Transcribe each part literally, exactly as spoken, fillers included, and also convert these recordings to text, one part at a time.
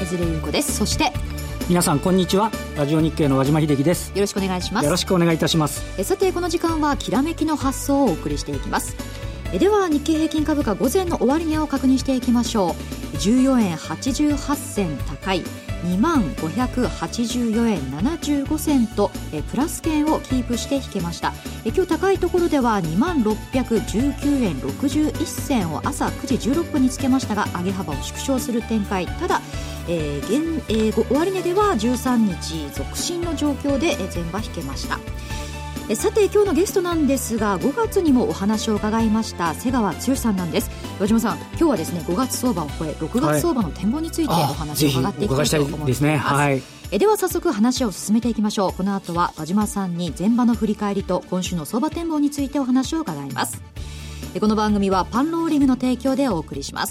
水出優子です。そして皆さんこんにちは。ラジオ日経の和島秀樹です。 よろしくお願いします。 よろしくお願いいたします。 えさてこの時間はきらめきの発想をお送りしていきます。えでは日経平均株価午前の終値を確認していきましょう。じゅうよえんはちじゅうはち銭高い にまんごひゃくはちじゅうよえんななじゅうご銭とえプラス圏をキープして引けました。え今日高いところでは にまんろっぴゃくじゅうきゅうえんろくじゅういっ銭を朝くじじゅうろっぷんにつけましたが、上げ幅を縮小する展開。ただえー現えー、終値ではじゅうさんにち続伸の状況で前場引けました。えさて今日のゲストなんですが、ごがつにもお話を伺いました瀬川剛さんなんです。和島さん、今日はですねごがつ相場を超えろくがつ相場の展望についてお話を伺っていきたいと思います。 ですね、はい、 えでは早速話を進めていきましょう。この後は和島さんに前場の振り返りと今週の相場展望についてお話を伺います。えこの番組はパンローリングの提供でお送りします。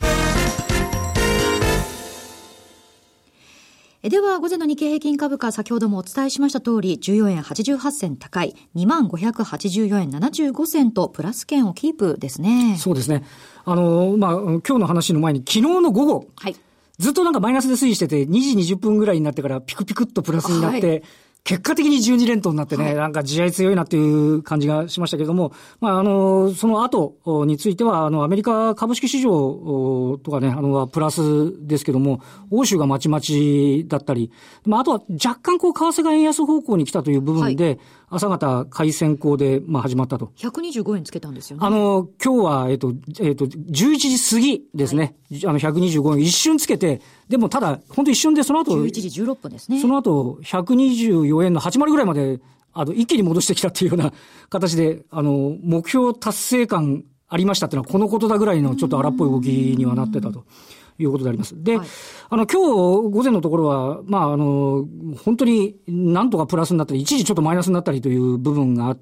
では午前の日経平均株価、先ほどもお伝えしました通りじゅうよえんはちじゅうはち銭高い にまんごひゃくはちじゅうよえんななじゅうご銭とプラス圏をキープですね。 そうですね。あのまあ今日の話の前に昨日の午後、はい、ずっとなんかマイナスで推移しててにじにじゅっぷんぐらいになってからピクピクっとプラスになって、はい、結果的にじゅうに連投になってね、はい、なんか地合い強いなっていう感じがしましたけれども、まあ、あの、その後については、あの、アメリカ株式市場とかね、あの、プラスですけども、欧州がまちまちだったり、まあ、あとは若干こう、為替が円安方向に来たという部分で、はい、朝方買い先行で、まあ、始まったと。 ひゃくにじゅうごえんつけたんですよね。 あの、今日は、えっと、えっと、じゅういちじ過ぎですね。はい、あの、ひゃくにじゅうごえん一瞬つけて、でもただ、本当一瞬でその後、 じゅういちじじゅうろっぷんですね。 その後、ひゃくにじゅうよえんのはちじゅうぐらいまで、あの、一気に戻してきたっていうような形で、あの、目標達成感ありましたっていうのは、このことだぐらいのちょっと荒っぽい動きにはなってたということであります。で、はい、あの、今日午前のところは、まあ、あの、本当になんとかプラスになったり、一時ちょっとマイナスになったりという部分があって、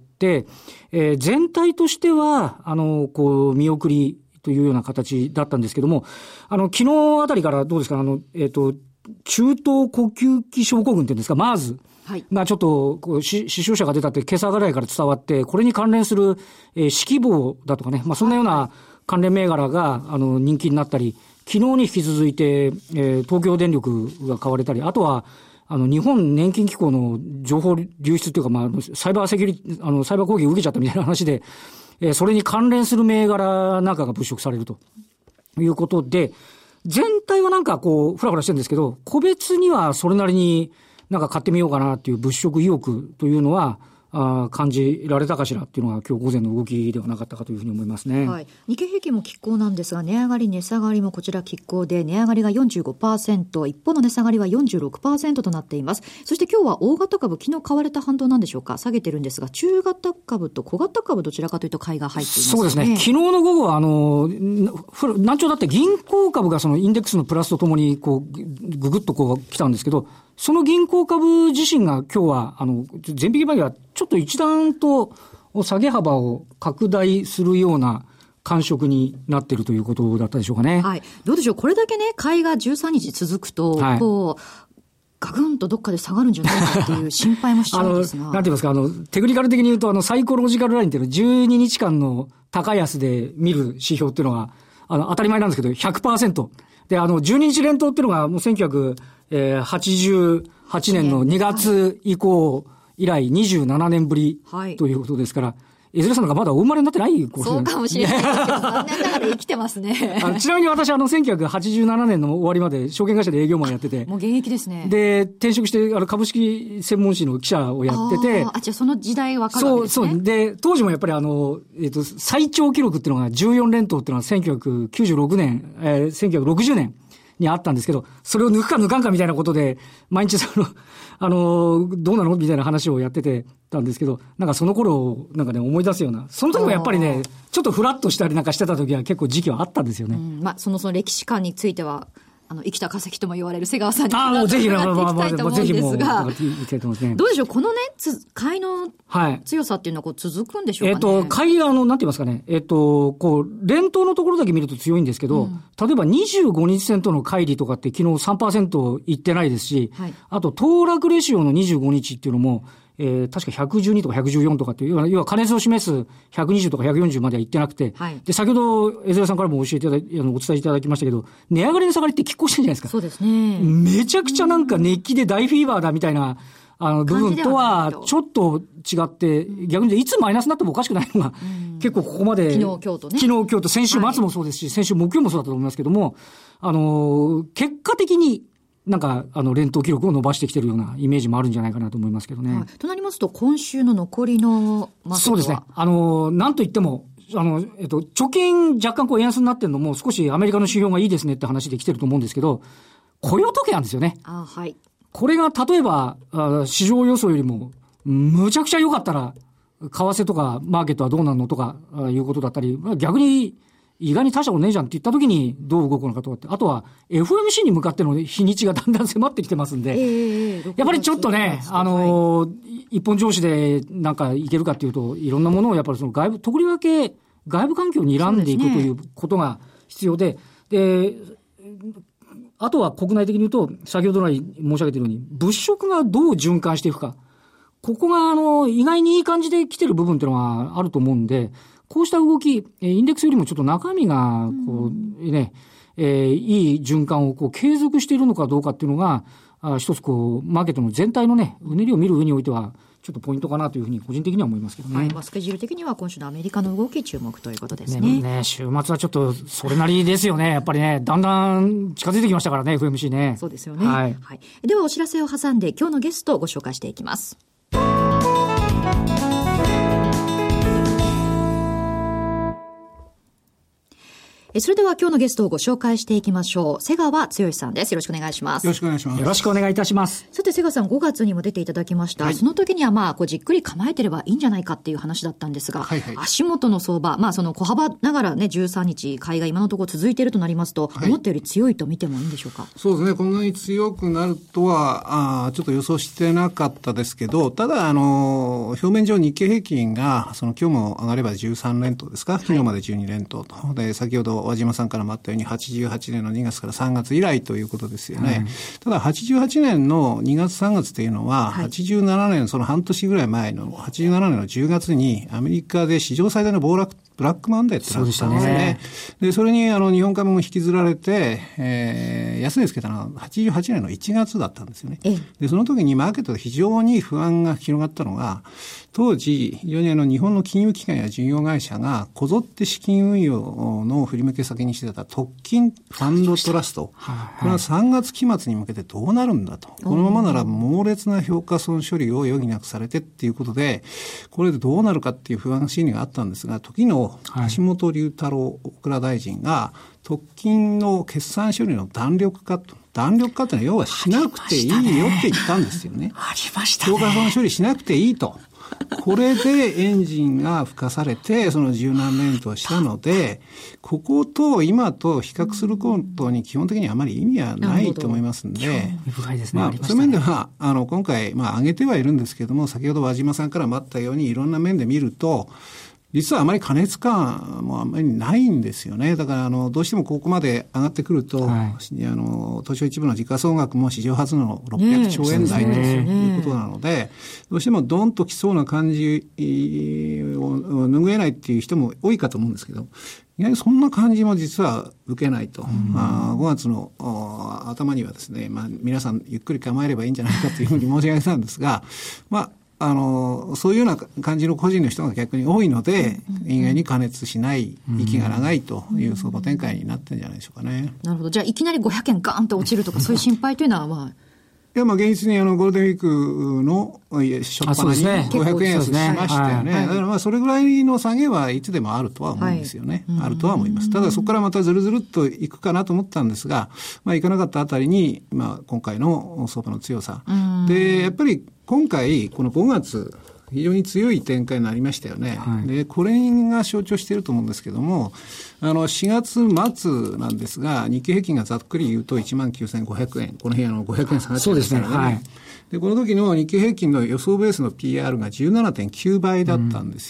えー、全体としては、あの、こう、見送りというような形だったんですけども、あの、昨日あたりからどうですか、あの、えっと、中等呼吸器症候群っていうんですか、マーズ。はい、がちょっとこう死傷者が出たって今朝ぐらいから伝わって、これに関連する、えー、指揮棒だとかね、まあそんなような関連銘柄があの人気になったり、昨日に引き続いて、えー、東京電力が買われたり、あとはあの日本年金機構の情報流出というか、まあサイバーセキュリティ、あのサイバー攻撃を受けちゃったみたいな話で、えー、それに関連する銘柄なんかが物色されるということで、全体はなんかこうフラフラしてるんですけど、個別にはそれなりになんか買ってみようかなっていう物色意欲というのはあ感じられたかしらっていうのが今日午前の動きではなかったかというふうに思いますね。 はい、日経平均も拮抗なんですが、値上がり値下がりもこちら拮抗で、値上がりが よんじゅうごパーセント、一方の値下がりは よんじゅうろくパーセント となっています。そして今日は大型株、昨日買われた反動なんでしょうか、下げてるんですが、中型株と小型株どちらかというと買いが入っていますね。 そうですね。昨日の午後はあの難聴だって銀行株がそのインデックスのプラスとともにこうぐぐっとこう来たんですけど、その銀行株自身が今日はあの前引き場合はちょっと一段と下げ幅を拡大するような感触になっているということだったでしょうかね。 はい。どうでしょう。これだけね、買いがじゅうさんにち続くと、はい、こうガクンとどっかで下がるんじゃないかっていう心配もしちゃうんですが。 あの、なんて言いますか、あの、テクニカル的に言うと、あの、サイコロジカルラインっていうのはじゅうににちかんの高安で見る指標っていうのが、あの、当たり前なんですけど、ひゃくパーセント。で、あの、じゅうににち連投っていうのが、もうせんきゅうひゃくはちじゅうはちねんのにがつ以降以来にじゅうななねんぶりということですから、はい、江連さんがまだお生まれになってないかもしれない。 そうかもしれないですけど、残念ながら生きてますね。 あのちなみに私、あの、せんきゅうひゃくはちじゅうななねんの終わりまで証券会社で営業マンやってて。 もう現役ですね。 で、転職して、あの、株式専門誌の記者をやってて。 ああ、じゃあその時代わかるわけですね。 そう、そう。で、当時もやっぱりあの、えっと、最長記録っていうのがじゅうよん連投っていうのはせんきゅうひゃくきゅうじゅうろくねん、えー、せんきゅうひゃくろくじゅうねん。にあったんですけど、それを抜くか抜かんかみたいなことで、毎日その、あの、どうなのみたいな話をやっててたんですけど、なんかその頃をなんかね、思い出すような、その時もやっぱりね、ちょっとフラッとしたりなんかしてた時は結構時期はあったんですよね。うん、 まあ、そのその歴史観については、あの、生きた化石とも言われる瀬川さんにああ、もうぜひ、 伺っていきたいと思うんですが、 ね、 どうでしょう、このね、つ買いの強さっていうのはこう続くんでしょうかね。 えっ、ー、と、買いが、あの、なんて言いますかね、えっ、ー、と、こう、連投のところだけ見ると強いんですけど、うん、例えばにじゅうごにち線との乖離とかって昨日 さんパーセント いってないですし、はい、あと、騰落レシオのにじゅうごにちっていうのも、 えー、確かひゃくじゅうにとかひゃくじゅうよんとかっていう、要は過熱を示すひゃくにじゅうとかひゃくよんじゅうまでは行ってなくて、はい、で、先ほど江添さんからも教えていただいあの、お伝えいただきましたけど、値上がりの下がりって拮抗してるじゃないですか。 そうですね。 めちゃくちゃなんか熱気で大フィーバーだみたいな、あの、部分とはちょっと違って、逆にいつマイナスになってもおかしくないのが、うん、結構ここまで。 昨日、今日とね。 昨日、今日と先週末もそうですし、はい、先週木曜もそうだったと思いますけども、あの、結果的に、なんか、あの、連投記録を伸ばしてきてるようなイメージもあるんじゃないかなと思いますけどね。はい、 となりますと、今週の残りのマーケットはそうですね。あの、なんといっても、あの、えっと、貯金若干こう円安になってるのも少しアメリカの指標がいいですねって話で来てると思うんですけど、雇用統計なんですよね。 あ、はい。 これが例えば、市場予想よりも、むちゃくちゃ良かったら、為替とかマーケットはどうなるのとか、いうことだったり、逆に、意外に大したことねえじゃんって言ったときにどう動くのかとかって、あとは エフオーエムシー に向かっての日にちがだんだん迫ってきてますんで、えー、やっぱりちょっとね、あのー、はい、一本上司でなんかいけるかっていうと、いろんなものをやっぱりその外部、とりわけ外部環境に睨んでいくということが必要で、で、あとは国内的に言うと、先ほど来申し上げているように、物色がどう循環していくか。ここがあの、意外にいい感じで来てる部分っていうのがあると思うんで、こうした動き、インデックスよりもちょっと中身が、こう、ね、えー、いい循環をこう継続しているのかどうかっていうのが、あ一つこう、マーケットの全体のね、うねりを見る上においては、ちょっとポイントかなというふうに個人的には思いますけどね。 はい、まあ、スケジュール的には今週のアメリカの動き注目ということですね。 ね、ね、週末はちょっとそれなりですよね。やっぱりね、だんだん近づいてきましたからね、エフオーエムシー ね。 そうですよね。 はい。 はい、ではお知らせを挟んで今日のゲストをご紹介していきます。それでは今日のゲストをご紹介していきましょう。瀬川剛さんです。よろしくお願いします。 よろしくお願いします。 よろしくお願いいたします。 さて瀬川さん、ごがつにも出ていただきました。はい、その時にはまあこうじっくり構えてればいいんじゃないかっていう話だったんですが、はいはい、足元の相場、まあその小幅ながらね、じゅうさんにち買いが今のところ続いているとなりますと、はい、思ったより強いと見てもいいんでしょうか。 そうですね。こんなに強くなるとはあちょっと予想してなかったですけど、ただあの表面上日経平均がその今日も上がればじゅうさんれんとうですか、昨日までじゅうにれんとうと、はい、で先ほど和島さんからもあったようにはちじゅうはちねんのにがつからさんがつ以来ということですよね。うん、ただはちじゅうはちねんのにがつさんがつというのは、はい、はちじゅうななねんその半年ぐらい前のはちじゅうななねんのじゅうがつにアメリカで史上最大の暴落ブラックマンデーってなったんですね。 そ, ねでそれにあの日本株も引きずられて、えー、安値つけたのははちじゅうはちねんのいちがつだったんですよね。でその時にマーケットで非常に不安が広がったのが、当時非常にあの日本の金融機関や事業会社がこぞって資金運用の振り向け先にしてた特金ファンドトラスト、これはさんがつきまつに向けてどうなるんだと、このままなら猛烈な評価損処理を余儀なくされてっていうことで、これでどうなるかっていう不安心理があったんですが、時の橋本龍太郎大蔵大臣が特金の決算処理の弾力化と、弾力化ってのは要はしなくていいよって言ったんですよね。 ありましたね。 評価損処理しなくていいと。これでエンジンが吹かされて、その十何年としたので、ここと今と比較することに基本的にはあまり意味はないと思いますんで、 深いですね。 まあ、そういう面では、あの、今回、まあ、上げてはいるんですけども、先ほど和島さんからもあったように、いろんな面で見ると、実はあまり過熱感もあまりないんですよね。だからあのどうしてもここまで上がってくると、はい、あの東証一部の時価総額も史上初のろっぴゃくちょうえん台ということなので、どうしてもドンときそうな感じを拭えないっていう人も多いかと思うんですけど、意外にそんな感じも実は受けないと。まあ、ごがつの頭にはですね、まあ、皆さんゆっくり構えればいいんじゃないかというふうに申し上げたんですが、まああのそういうような感じの個人の人が逆に多いので、うん、意外に過熱しない息が長いという相場展開になってるんじゃないでしょうかね。 なるほど。じゃあいきなりごひゃくえんガーンと落ちるとかそういう心配というのはまあいやまあ現実にあのゴールデンウィークの初っ端にごひゃくえん安しましたよね。だからまあそれぐらいの下げはいつでもあるとは思うんですよね。はい、あるとは思います。ただそこからまたずるずるっといくかなと思ったんですが、まあいかなかったあたりにまあ今回の相場の強さで、やっぱり今回このごがつ非常に強い展開になりましたよね。はい、で、これが象徴していると思うんですけども、あの、しがつまつなんですが、日経平均がざっくり言うと いちまんきゅうせんごひゃくえん。この辺あのごひゃくえん下がってましたからね。そうですね。はい。で、この時の日経平均の予想ベースの ピーアール が じゅうななてんきゅうばいだったんですよ。うんはい、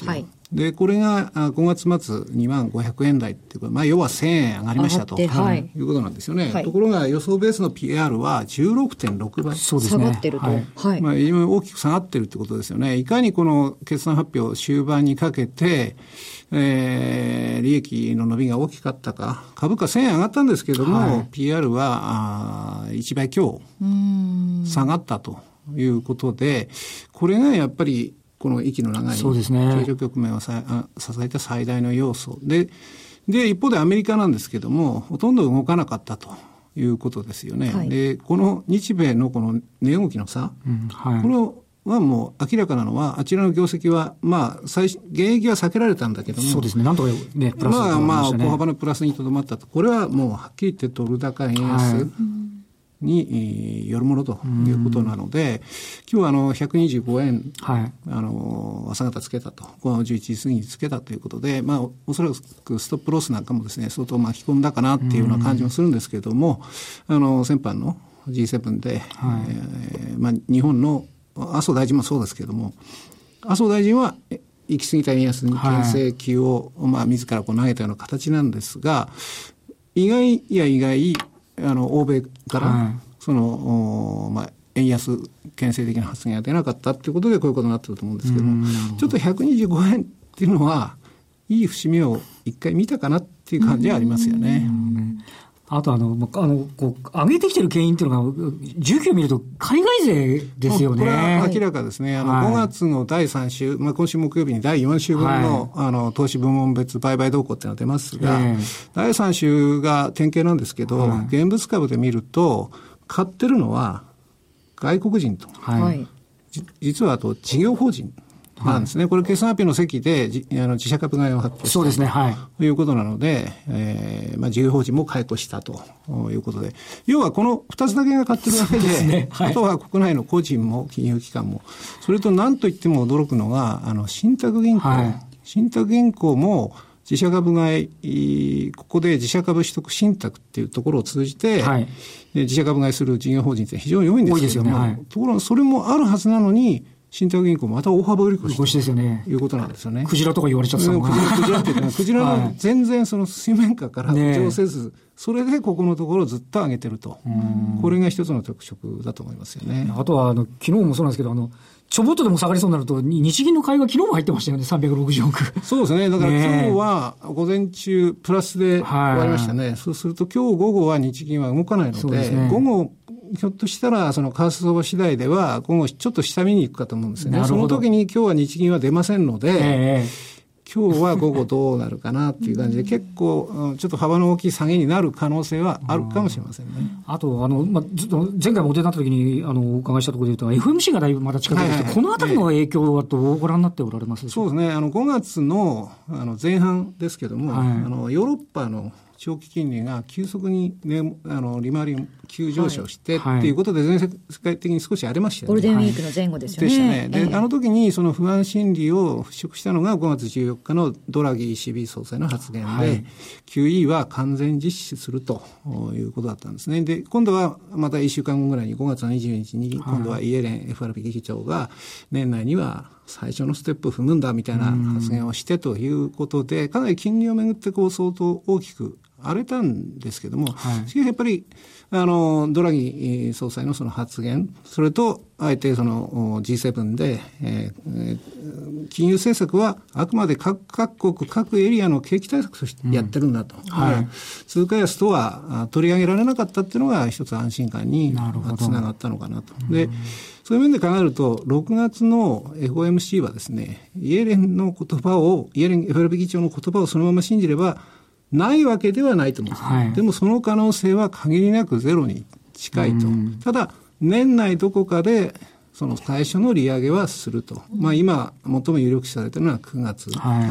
で、これがごがつ末にまんごひゃくえん台っていうか、まあ、要はせんえん上がりましたと、はい、いうことなんですよね。はい、ところが予想ベースの ピーアール は じゅうろくてんろくばい。 そうですね。下がってると。はい。はい、 まあ、非常に大きく下がってるってことですよね。いかにこの決算発表終盤にかけて、えー、利益の伸びが大きかったか。株価せんえん上がったんですけども、はい、ピーアール はあいちばい強下がったということで、これがやっぱりこの息の長い経常局面をさ、ね、支えた最大の要素で、で一方でアメリカなんですけども、ほとんど動かなかったということですよね。はい、でこの日米のこの値動きの差、うんはい、これはもう明らかなのは、あちらの業績はまあ最減益は避けられたんだけども、 そうですね、なんとかねプラスになりましたね。 まあまあ小幅なプラスにとどまったと、これはもうはっきり言ってドル高円安、はいによるものということなので、今日はあのひゃくにじゅうごえん、はい、あの朝方つけたと、午後じゅういちじ過ぎにつけたということで、まあおそらくストップロスなんかもですね相当巻き込んだかなっていうような感じもするんですけれども、あの先般の ジーセブン で、はいえーまあ、日本の麻生大臣もそうですけれども、麻生大臣は行き過ぎた円安に牽制球を、はいまあ、自らこう投げたような形なんですが、意外や意外あの欧米から、はい、その、まあ、円安牽制的な発言が出なかったということでこういうことになっていると思うんですけども、ちょっとひゃくにじゅうごえんっていうのはいい節目を一回見たかなっていう感じはありますよね。 あとあの、あの、こう、上げてきてる原因っていうのが、じゅうきゅう見ると海外勢ですよね。 これは明らかですね。あの、はい、ごがつのだいさん週、まあ、今週木曜日にだいよん週分の、はい、あの、投資部門別売買動向っていうのが出ますが、えー、だいさん週が典型なんですけど、はい、現物株で見ると、買ってるのは外国人と。はい、実はあと、事業法人。なんですね。これ決算発表の席でじあの自社株買いを発表したそうですね、はい、ということなので、えーまあ、事業法人も解雇したということで、要はこのふたつだけが買ってるだけ で, で、ねはい、あとは国内の個人も金融機関も、それと何といっても驚くのがあの信託銀行、はい、信託銀行も自社株買い、ここで自社株取得信託っていうところを通じて、はい、自社株買いする事業法人って非常に多いんですけども、多いですよね、はい、ところがそれもあるはずなのに信託銀行また大幅売り越しとですよね。いうことなんですよね。 クジラとか言われちゃったのが。クジラ、 クジラって言ってね、クジラの全然その水面下から浮上せず、ね、それでここのところをずっと上げてると。これが一つの特色だと思いますよね。 あとは、あの、昨日もそうなんですけど、あの、ちょぼっとでも下がりそうになると、日銀の買いが昨日も入ってましたよね、さんびゃくろくじゅうおく。 そうですね。だから今日は午前中プラスで終わりましたね。はい、そうすると今日午後は日銀は動かないので、でね、午後、ひょっとしたら、その為替相場次第では、今後ちょっと下見に行くかと思うんですよね。その時に今日は日銀は出ませんので、えー、今日は午後どうなるかなっていう感じで、結構、ちょっと幅の大きい下げになる可能性はあるかもしれませんね。 あと、あの、まあ、ずっと前回もお出になった時に、あの、お伺いしたところで言うと、エフエムシー がだいぶまだ近づいてきて、はいはい、このあたりの影響はどうご覧になっておられますでしょうか。 そうですね。あの、ごがつの、あの、前半ですけども、はい、あの、ヨーロッパの長期金利が急速に、ね、あの利回り急上昇して、はい、っていうことで全世界的に少し荒れましたよね。 ゴールデンウィークの前後ですよね。でしたね。 で、ええ、あの時にその不安心理を払拭したのがごがつじゅうよっかのドラギ イーシービー 総裁の発言で、はい、キューイー は完全実施するということだったんですね。で、今度はまたいっしゅうかんごぐらいにごがつのにじゅうににちに今度はイエレン エフアールピー 議長が年内には最初のステップを踏むんだみたいな発言をしてということで、かなり金利をめぐってこう相当大きく荒れたんですけども、はい、やっぱりあのドラギ総裁のその発言、それとあえてその ジーセブン で、えー、金融政策はあくまで各各国各エリアの景気対策としてやってるんだと、うんはい、通貨安とは取り上げられなかったっていうのが一つ安心感につながったのかなと。で、そういう面で考えるとろくがつの エフオーエムシー はですね、イエレンの言葉をイエレン エフアールピー 議長の言葉をそのまま信じればないわけではないと思うんです、ねはい、でもその可能性は限りなくゼロに近いと。ただ年内どこかでその最初の利上げはすると、まあ、今最も有力視されているのはくがつ、はい、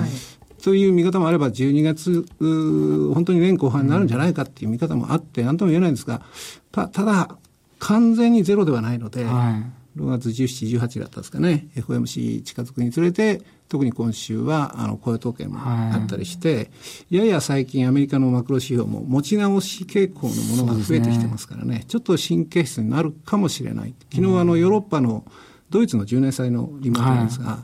という見方もあればじゅうにがつ本当に年後半になるんじゃないかっていう見方もあって何とも言えないんですが、た, ただ完全にゼロではないので、はい、ろくがつじゅうしち、じゅうはちだったんですかね、 エフオーエムシー 近づくにつれて特に今週はあの雇用統計もあったりして、はい、やや最近アメリカのマクロ指標も持ち直し傾向のものが増えてきてますからね、ちょっと神経質になるかもしれない。昨日あのヨーロッパのドイツのじゅうねん債の利回りなんですが、はい、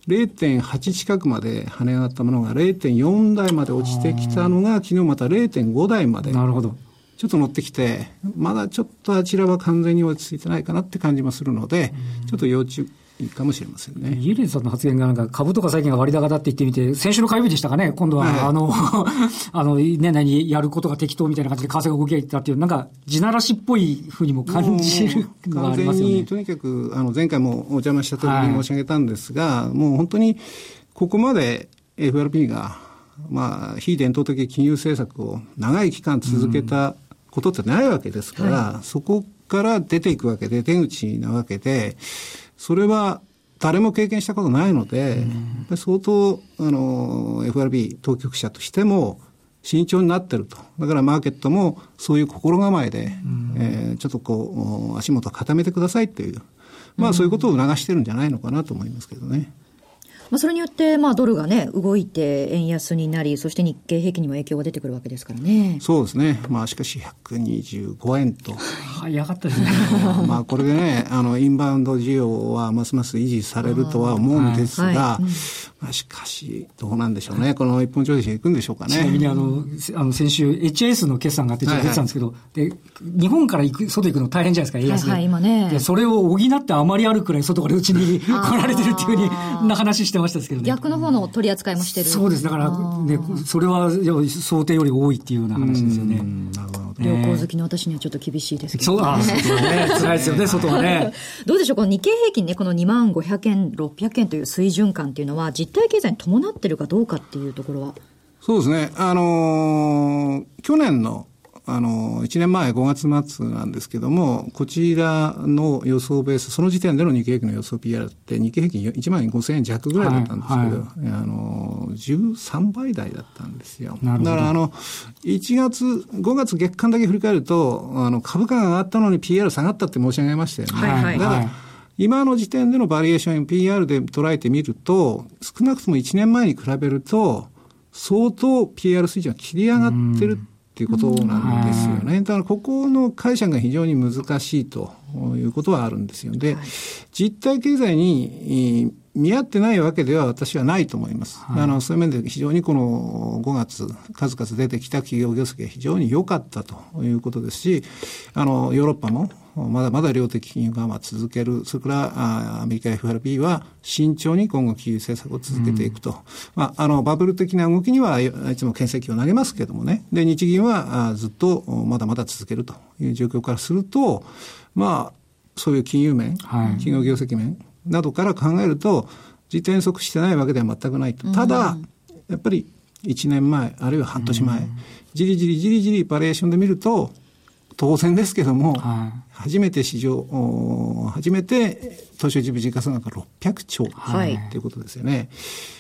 ゼロてんはち 近くまで跳ね上がったものが ゼロてんよん 台まで落ちてきたのが、昨日また ゼロてんご 台まで。 なるほど。 ちょっと乗ってきて、まだちょっとあちらは完全に落ち着いてないかなって感じもするので、ちょっと要注意かもしれませんね。 イエレンさんの発言がなんか株とか債券が割高だって言ってみて、先週の火曜日でしたかね、今度は、はい、あの、あの、年内にやることが適当みたいな感じで為替が動きがいったっていう、なんか地ならしっぽいふうにも感じるのがありますよね。 完全に、とにかく、あの、前回もお邪魔した時に申し上げたんですが、はい、もう本当に、ここまで エフアールピー が、まあ、非伝統的金融政策を長い期間続けたことってないわけですから、はい、そこから出ていくわけで、出口なわけで、それは誰も経験したことないので、うん、相当、あの、エフアールビー 当局者としても慎重になってると。だからマーケットもそういう心構えで、うん、えー、ちょっとこう、足元を固めてくださいという、まあそういうことを促してるんじゃないのかなと思いますけどね。 まあ、それによって、まあ、ドルがね、動いて円安になり、そして日経平均にも影響が出てくるわけですからね。 そうですね。まあ、しかしひゃくにじゅうごえんと。 早かったですね。 まあ、これでね、あの、インバウンド需要はますます維持されるとは思うんですが、はいはいうんまあ、しかし、どうなんでしょうね。この一本調子でいくんでしょうかね。 ちなみに、あの、あの先週、エイチアイエス の決算があって、ちょっと出てたんですけど、はいはい、で、日本から行く、外行くの大変じゃないですか、円安で。 はいはい、今ね。 で、それを補ってあまりあるくらい外からうちに来られてるっていうふうに、な話してましたですけどね。 逆の方の取り扱いもしてる。 そうです。だから、ね、それは想定より多いっていうような話ですよね。 なるほど。 旅行好きの私にはちょっと厳しいですけど、 ね。そう、あ、外はね、辛いですよね、外はね。 どうでしょう、この日経平均ね、このにまんごひゃくえん、ろっぴゃくえんという水準感っていうのは、実体経済に伴ってるかどうかっていうところは。 そうですね。あのー、去年のあの、いちねんまえごがつ末なんですけども、こちらの予想ベース、その時点での日経平均の予想 ピーアール って日経平均いちまんごせんえん弱ぐらいだったんですけど、はいはい、あの、じゅうさんばい台だったんですよ。だからあの、いちがつ、ごがつ月間だけ振り返ると、あの、株価が上がったのに ピーアール 下がったって申し上げましたよね。はいはい、だから、今の時点でのバリエーション ピーアール で捉えてみると、少なくともいちねんまえに比べると、相当 ピーアール 水準が切り上がってるっていうことなんですよね。だからここの解釈が非常に難しいということはあるんですよ。で、はい、実体経済に見合ってないわけでは私はないと思います。はい、あの、そういう面で非常にこのごがつ数々出てきた企業業績が非常に良かったということですし、あの、ヨーロッパもまだまだ量的金融緩和を続ける。それからアメリカ エフアールビー は慎重に今後金融政策を続けていくと。うん、まあ、あの、バブル的な動きにはいつも牽制球を投げますけどもね。で、日銀はずっとまだまだ続けるという状況からすると、まあ、そういう金融面、はい、企業業績面などから考えると、実態に即してないわけでは全くないと。ただ、やっぱりいちねんまえ、あるいは半年前、うん、じりじりじりじりバリエーションで見ると、当然ですけども、はい、初めて市場、初めて東証一部時価総額がろっぴゃくちょうということですよね。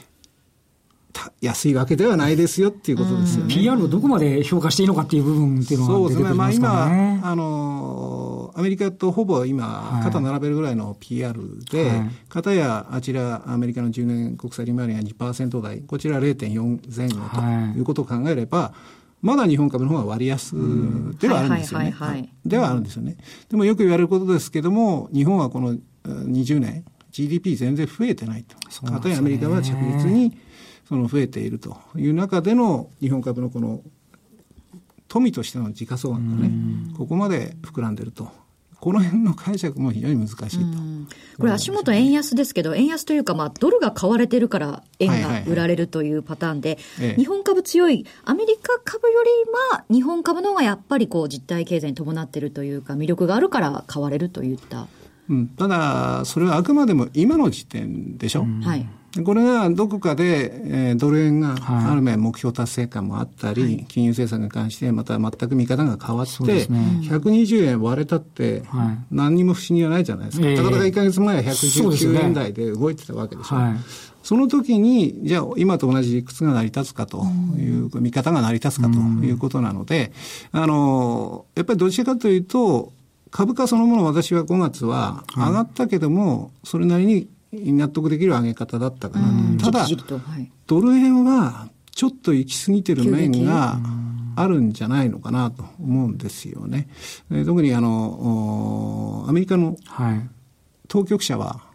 安いわけではないですよっていうことですよね。 ピーアール をどこまで評価していいのかっていう部分っていうのは出てくるんですかね。そうですね。まあ今、あの、アメリカとほぼ今、肩並べるぐらいの ピーアール で、はい、片やあちらアメリカのじゅうねん国債利回りが にパーセント 台、こちら れいてんよん 前後ということを考えれば、はい、まだ日本株の方が割安ではあるんですよね。ではあるんですよね。でもよく言われることですけども、日本はこのにじゅうねん、ジーディーピー 全然増えてないと。片やアメリカは着実にその増えているという中での日本株のこの富としての時価総額がね、ここまで膨らんでいると。この辺の解釈も非常に難しいと。 これ足元円安ですけど、円安というか、まあ、ドルが買われてるから円が売られるというパターンで、はいはいはい、日本株強い、アメリカ株よりは日本株の方がやっぱりこう実体経済に伴っているというか、魅力があるから買われるといった。 うん、ただ、それはあくまでも今の時点でしょ。うん、はい。これがどこかで、えー、ドル円がある面目標達成感もあったり、はい、金融政策に関してまた全く見方が変わって、ね、ひゃくにじゅうえん割れたって何にも不思議はないじゃないですか。はい、たかだかいっかげつまえはひゃくじゅうきゅうえん台で動いてたわけでしょ。はい、その時に、じゃあ今と同じ理屈が成り立つかという、うん、見方が成り立つかということなので、あの、やっぱりどちらかというと、株価そのもの私はごがつは上がったけども、それなりに納得できる上げ方だったかなと。ただ、はい、ドル円はちょっと行き過ぎてる面があるんじゃないのかなと思うんですよね。特にあの、アメリカの当局者は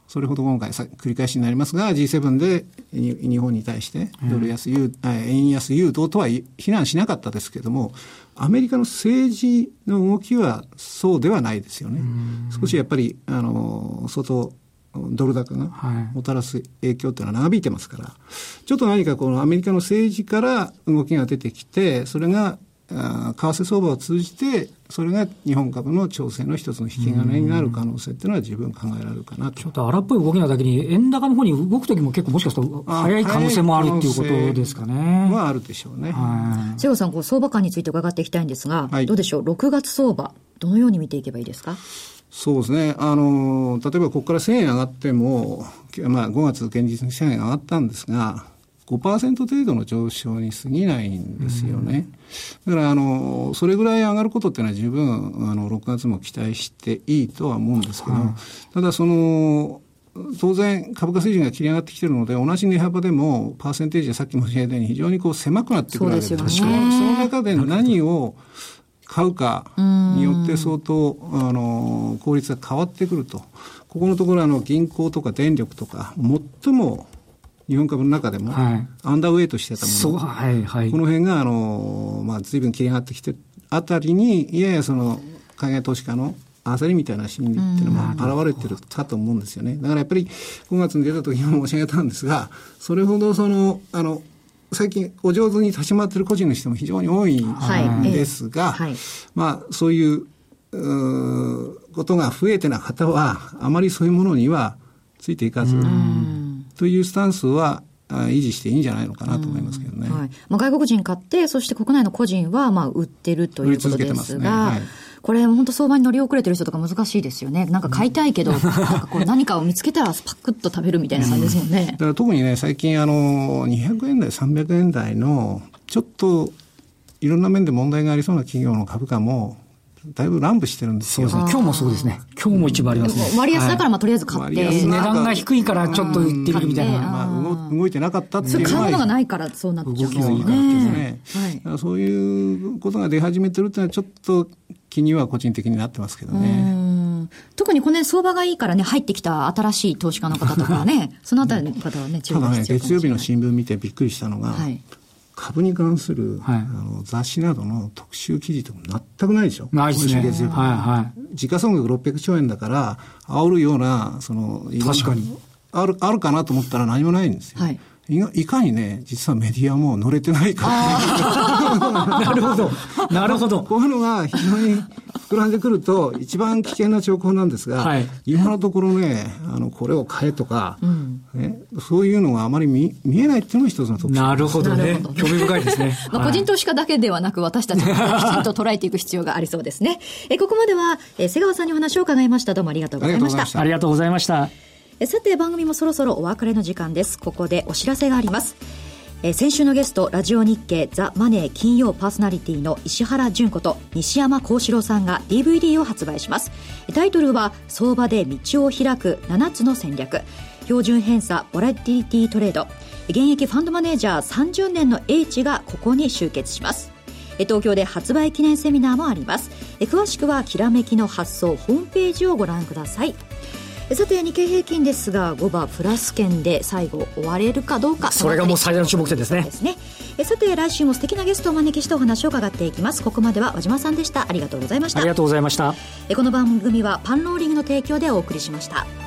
それほど今回さ繰り返しになりますが ジーセブン で日本に対してドル安、うん、円安誘導とは非難しなかったですけれども、アメリカの政治の動きはそうではないですよね。少しやっぱりあの相当ドル高がもたらす影響というのは長引いてますから、ちょっと何かこのアメリカの政治から動きが出てきて、それが為替相場を通じてそれが日本株の調整の一つの引き金になる可能性っていうのは十分考えられるかなと。 ちょっと荒っぽい動きなだけに円高の方に動くときも結構もしかすると早い可能性もあるっていうことですかね。 はあるでしょうね。 瀬尾さん、こう相場感について伺っていきたいんですが、はい、どうでしょう、ろくがつ相場どのように見ていけばいいですか？ そうですね。あの、例えばここからせんえん上がっても、まあごがつ現実にせんえん上がったんですが、ごパーセント 程度の上昇に過ぎないんですよね。だから、あの、それぐらい上がることっていうのは十分、あの、ろくがつも期待していいとは思うんですけど、ただその、当然株価水準が切り上がってきているので、同じ値幅でもパーセンテージはさっき申し上げたように非常にこう狭くなってくるわけです。そうですよね。その中で何を買うかによって相当あの効率が変わってくると。ここのところあの銀行とか電力とか最も日本株の中でもアンダーウェイトしてたもの、はいはい、この辺があの、まあ、随分切り上がってきてあたりにいややその海外投資家の焦りみたいな心理っていうのも現れてるかと思うんですよね。だからやっぱりごがつに出た時も申し上げたんですが、それほどそのあの最近お上手に立ち回っている個人の人も非常に多いんですが、はいはい、まあそういう、うことが増えてな方はあまりそういうものにはついていかずというスタンスは維持していいんじゃないのかなと思いますけどね。はい、 まあ、外国人買ってそして国内の個人はまあ売ってるということですが、はい、これ本当相場に乗り遅れてる人とか難しいですよね。なんか買いたいけど、なんかこう何かを見つけたらパクッと食べるみたいな感じですもんね。うん、だから特にね、最近あのにひゃくえん台さんびゃくえん台のちょっといろんな面で問題がありそうな企業の株価もだいぶ乱舞してるんですよ。 そうですね。今日もそうですね。今日も一番ありますね。 割安だからまあとりあえず買って、はい、 値段が低いからちょっと売ってみるみたいな。 まあ、動いてなかったっていうのは買うものがないからそうなっちゃうんですよね。はい、そういうことが出始めてるっていうのはちょっと気には個人的になってますけどね。 うん特にこの、ね、相場がいいからね入ってきた新しい投資家の方とかねそのあたりの方はね注目が必要かもしれない。 ただね月曜日の新聞見てびっくりしたのが、はい、株に関する、はい、あの雑誌などの特集記事とか全くないでしょ。 ないですね。 月曜日、はいはい、時価総額ろっぴゃくちょうえんだから煽るようなその確かにあるあるかなと思ったら何もないんですよ。はいい, いかにね実はメディアも乗れてないかなるほどなるほどこういうのが非常に膨らんでくると一番危険な兆候なんですが、はい、今のところねあのこれを買えとか、うんね、そういうのがあまり 見, 見えないっていうのが一つの特徴。 なるほどね興味深いですね、 まあ、個人投資家だけではなく私たちもきちんと捉えていく必要がありそうですねえここまではえ瀬川さんにお話を伺いました。どうもありがとうございました。 ありがとうございました。 さて番組もそろそろお別れの時間です。ここでお知らせがあります。え先週のゲストラジオ日経ザ・マネー金曜パーソナリティの石原純子と西山幸四郎さんが ディーブイディー を発売します。タイトルは相場で道を開くななつの戦略、標準偏差ボラティリティトレード、現役ファンドマネージャーさんじゅうねんの英知がここに集結します。東京で発売記念セミナーもあります。詳しくはきらめきの発想ホームページをご覧ください。さて日経平均ですがごばプラス圏で最後終われるかどうか、 それがもう最大の注目点ですね。 ですね。さて来週も素敵なゲストをお招きしてお話を伺っていきます。ここまでは和島さんでした。ありがとうございました。 ありがとうございました。 この番組はパンローリングの提供でお送りしました。